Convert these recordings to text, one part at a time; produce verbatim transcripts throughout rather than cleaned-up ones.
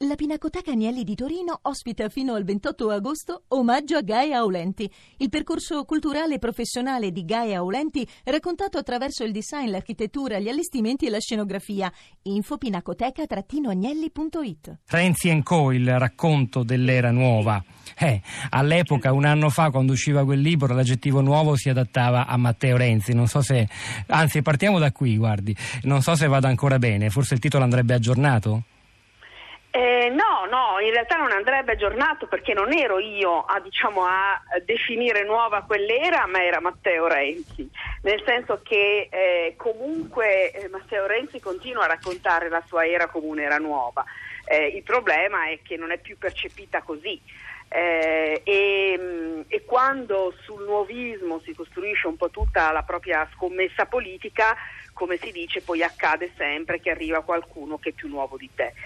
La Pinacoteca Agnelli di Torino ospita fino al ventotto agosto Omaggio a Gaia Aulenti, il percorso culturale e professionale di Gaia Aulenti raccontato attraverso il design, l'architettura, gli allestimenti e la scenografia. Info pinacoteca agnelli punto it. Renzi and Co, il racconto dell'era nuova. Eh, all'epoca, un anno fa, quando usciva quel libro, l'aggettivo nuovo si adattava a Matteo Renzi. Non so se, anzi, partiamo da qui, guardi. Non so se vada ancora bene. Forse il titolo andrebbe aggiornato? Eh, no, no, in realtà non andrebbe aggiornato perché non ero io a, diciamo, a definire nuova quell'era, ma era Matteo Renzi, nel senso che eh, comunque eh, Matteo Renzi continua a raccontare la sua era come un'era nuova. Eh, il problema è che non è più percepita così. Eh, e, e quando sul nuovismo si costruisce un po' tutta la propria scommessa politica, come si dice, poi accade sempre che arriva qualcuno che è più nuovo di te,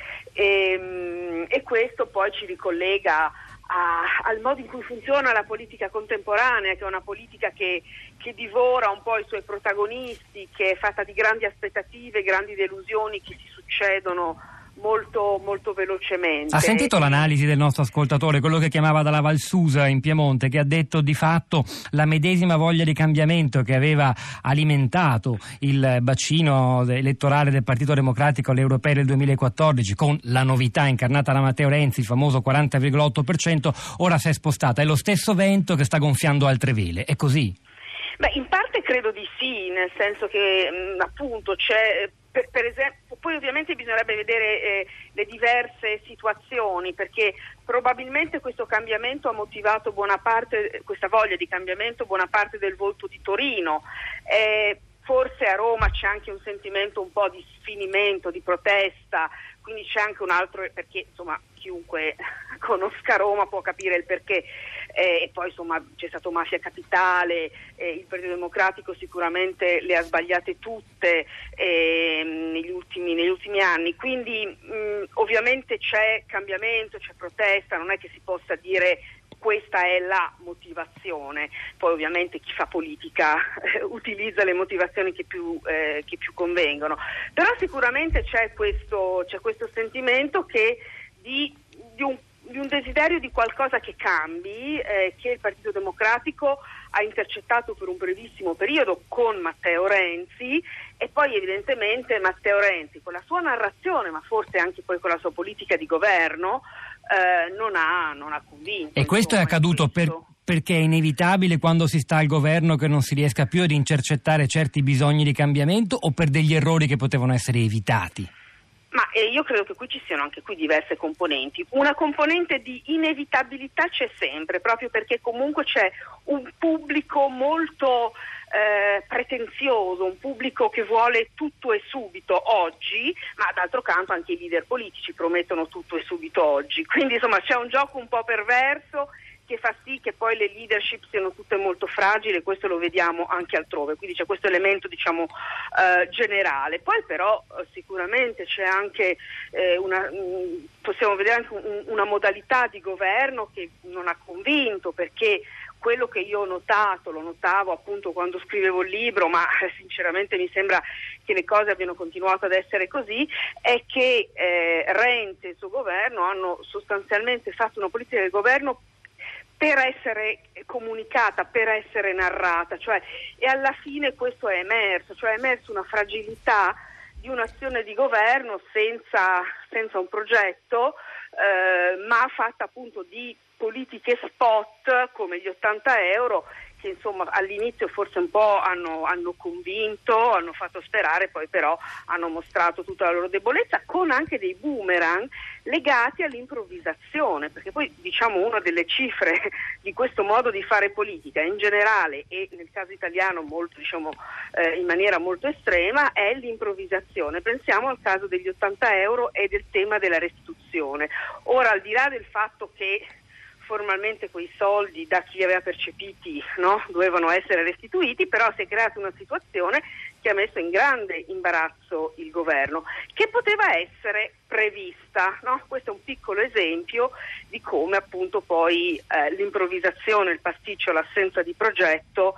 e, e questo poi ci ricollega a, al modo in cui funziona la politica contemporanea, che è una politica che, che divora un po' i suoi protagonisti, che è fatta di grandi aspettative, grandi delusioni che si succedono molto molto velocemente. Ha sentito l'analisi del nostro ascoltatore, quello che chiamava dalla Valsusa in Piemonte, che ha detto di fatto la medesima voglia di cambiamento che aveva alimentato il bacino elettorale del Partito Democratico alle europee del duemilaquattordici, con la novità incarnata da Matteo Renzi, il famoso quaranta virgola otto per cento, ora si è spostata. È lo stesso vento che sta gonfiando altre vele, è così? Beh, in parte credo di sì, nel senso che mh, appunto c'è per, per esempio, poi ovviamente bisognerebbe vedere eh, le diverse situazioni, perché probabilmente questo cambiamento ha motivato buona parte, questa voglia di cambiamento, buona parte del voto di Torino. Eh, forse a Roma c'è anche un sentimento un po' di sfinimento, di protesta, quindi c'è anche un altro, perché insomma chiunque conosca Roma può capire il perché. Eh, e poi insomma c'è stato Mafia Capitale, eh, il Partito Democratico sicuramente le ha sbagliate tutte eh, negli ultimi, negli ultimi anni, quindi mh, ovviamente c'è cambiamento, c'è protesta, non è che si possa dire questa è la motivazione. Poi ovviamente chi fa politica eh, utilizza le motivazioni che più, eh, che più convengono, però sicuramente c'è questo, c'è questo sentimento che di, di un di un desiderio di qualcosa che cambi, eh, che il Partito Democratico ha intercettato per un brevissimo periodo con Matteo Renzi, e poi evidentemente Matteo Renzi con la sua narrazione, ma forse anche poi con la sua politica di governo, eh, non ha, non ha convinto. E questo insomma, è accaduto per, perché è inevitabile quando si sta al governo che non si riesca più ad intercettare certi bisogni di cambiamento, o per degli errori che potevano essere evitati? Ma eh, io credo che qui ci siano anche qui diverse componenti. Una componente di inevitabilità c'è sempre, proprio perché comunque c'è un pubblico molto eh, pretenzioso, un pubblico che vuole tutto e subito oggi, ma d'altro canto anche i leader politici promettono tutto e subito oggi. Quindi insomma c'è un gioco un po' perverso che fa sì che poi le leadership siano tutte molto fragili, questo lo vediamo anche altrove, quindi c'è questo elemento diciamo eh, generale. Poi però eh, sicuramente c'è anche eh, una, mh, possiamo vedere anche un, una modalità di governo che non ha convinto, perché quello che io ho notato, lo notavo appunto quando scrivevo il libro, ma eh, sinceramente mi sembra che le cose abbiano continuato ad essere così, è che eh, Renzi e il suo governo hanno sostanzialmente fatto una politica del governo per essere comunicata, per essere narrata, cioè, e alla fine questo è emerso, cioè è emerso una fragilità di un'azione di governo senza, senza un progetto, eh, ma fatta appunto di politiche spot come gli ottanta euro, che insomma all'inizio forse un po' hanno, hanno convinto, hanno fatto sperare, poi però hanno mostrato tutta la loro debolezza, con anche dei boomerang legati all'improvvisazione, perché poi diciamo una delle cifre di questo modo di fare politica in generale, e nel caso italiano molto, diciamo, eh, in maniera molto estrema, è l'improvvisazione. Pensiamo al caso degli ottanta euro e del tema della restituzione. Ora, al di là del fatto che formalmente quei soldi da chi li aveva percepiti, no, dovevano essere restituiti, però si è creata una situazione che ha messo in grande imbarazzo il governo, che poteva essere prevista, no? Questo è un piccolo esempio di come appunto poi eh, l'improvvisazione, il pasticcio, l'assenza di progetto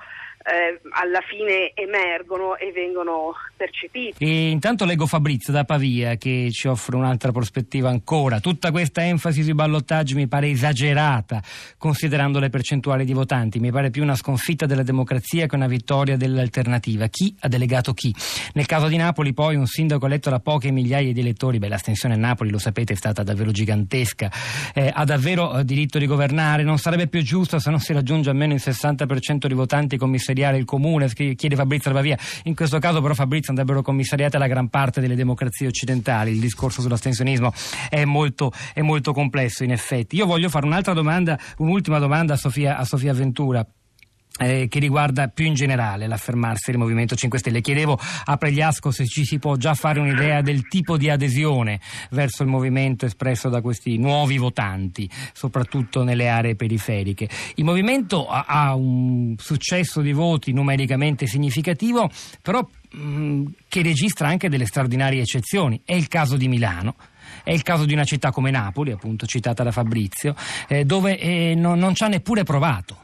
eh, alla fine emergono e vengono percepiti. E intanto leggo Fabrizio da Pavia che ci offre un'altra prospettiva ancora. Tutta questa enfasi sui ballottaggi mi pare esagerata, considerando le percentuali di votanti. Mi pare più una sconfitta della democrazia che una vittoria dell'alternativa. Chi ha delegato chi? Nel caso di Napoli poi un sindaco eletto da poche migliaia di elettori, beh, l'astensione a Napoli lo sapete è stata davvero gigantesca, eh, ha davvero eh, diritto di governare? Non sarebbe più giusto se non si raggiunge almeno il sessanta per cento di votanti commissariare il comune? Chiede Fabrizio da Pavia. In questo caso però Fabrizio andrebbero commissariate la gran parte delle democrazie occidentali. Il discorso sull'astensionismo è molto, è molto complesso in effetti. Io voglio fare un'altra domanda, un'ultima domanda a Sofia, a Sofia Ventura. Eh, che riguarda più in generale l'affermarsi del Movimento cinque Stelle. Chiedevo a Pregliasco se ci si può già fare un'idea del tipo di adesione verso il movimento espresso da questi nuovi votanti, soprattutto nelle aree periferiche. Il movimento ha, ha un successo di voti numericamente significativo, però mh, che registra anche delle straordinarie eccezioni. È il caso di Milano. È il caso di una città come Napoli, appunto citata da Fabrizio, eh, dove eh, non, non ci ha neppure provato.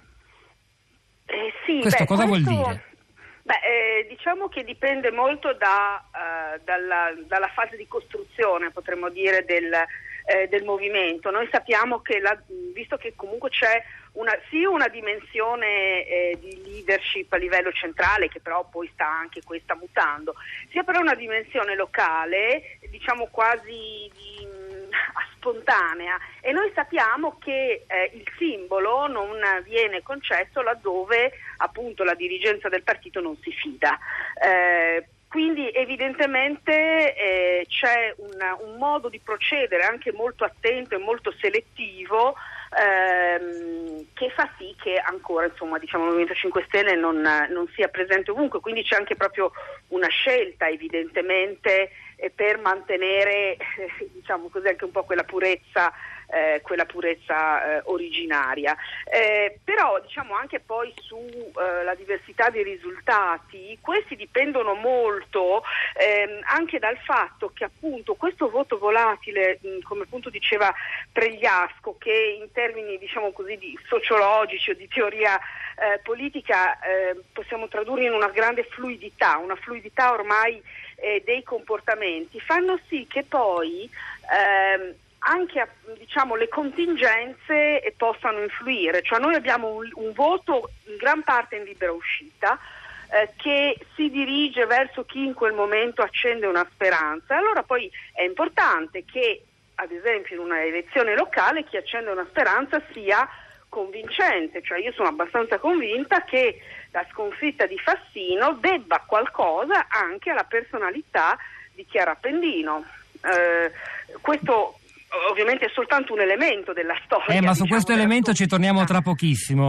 Sì, questo beh, cosa questo, vuol dire? Beh, eh, diciamo che dipende molto da, uh, dalla, dalla fase di costruzione, potremmo dire, del, eh, del movimento. Noi sappiamo che, la, visto che comunque c'è una, sì una dimensione eh, di leadership a livello centrale, che però poi sta anche questa mutando, sia però una dimensione locale, diciamo quasi di spontanea, e noi sappiamo che eh, il simbolo non viene concesso laddove appunto la dirigenza del partito non si fida. Eh, quindi evidentemente eh, c'è un, un modo di procedere anche molto attento e molto selettivo ehm, che fa sì che ancora insomma diciamo il Movimento cinque Stelle non, non sia presente ovunque, quindi c'è anche proprio una scelta evidentemente eh, per mantenere eh, diciamo così anche un po' quella purezza Eh, quella purezza eh, originaria. Eh, però diciamo anche poi sulla eh, diversità dei risultati, questi dipendono molto ehm, anche dal fatto che appunto questo voto volatile, mh, come appunto diceva Pregliasco, che in termini diciamo così di sociologici o di teoria eh, politica eh, possiamo tradurre in una grande fluidità, una fluidità ormai eh, dei comportamenti, fanno sì che poi ehm, anche diciamo le contingenze possano influire, cioè noi abbiamo un, un voto in gran parte in libera uscita eh, che si dirige verso chi in quel momento accende una speranza. Allora poi è importante che ad esempio in una elezione locale chi accende una speranza sia convincente, cioè io sono abbastanza convinta che la sconfitta di Fassino debba qualcosa anche alla personalità di Chiara Appendino. Eh, questo ovviamente è soltanto un elemento della storia. Eh, ma su diciamo, questo elemento ci torniamo tra pochissimo.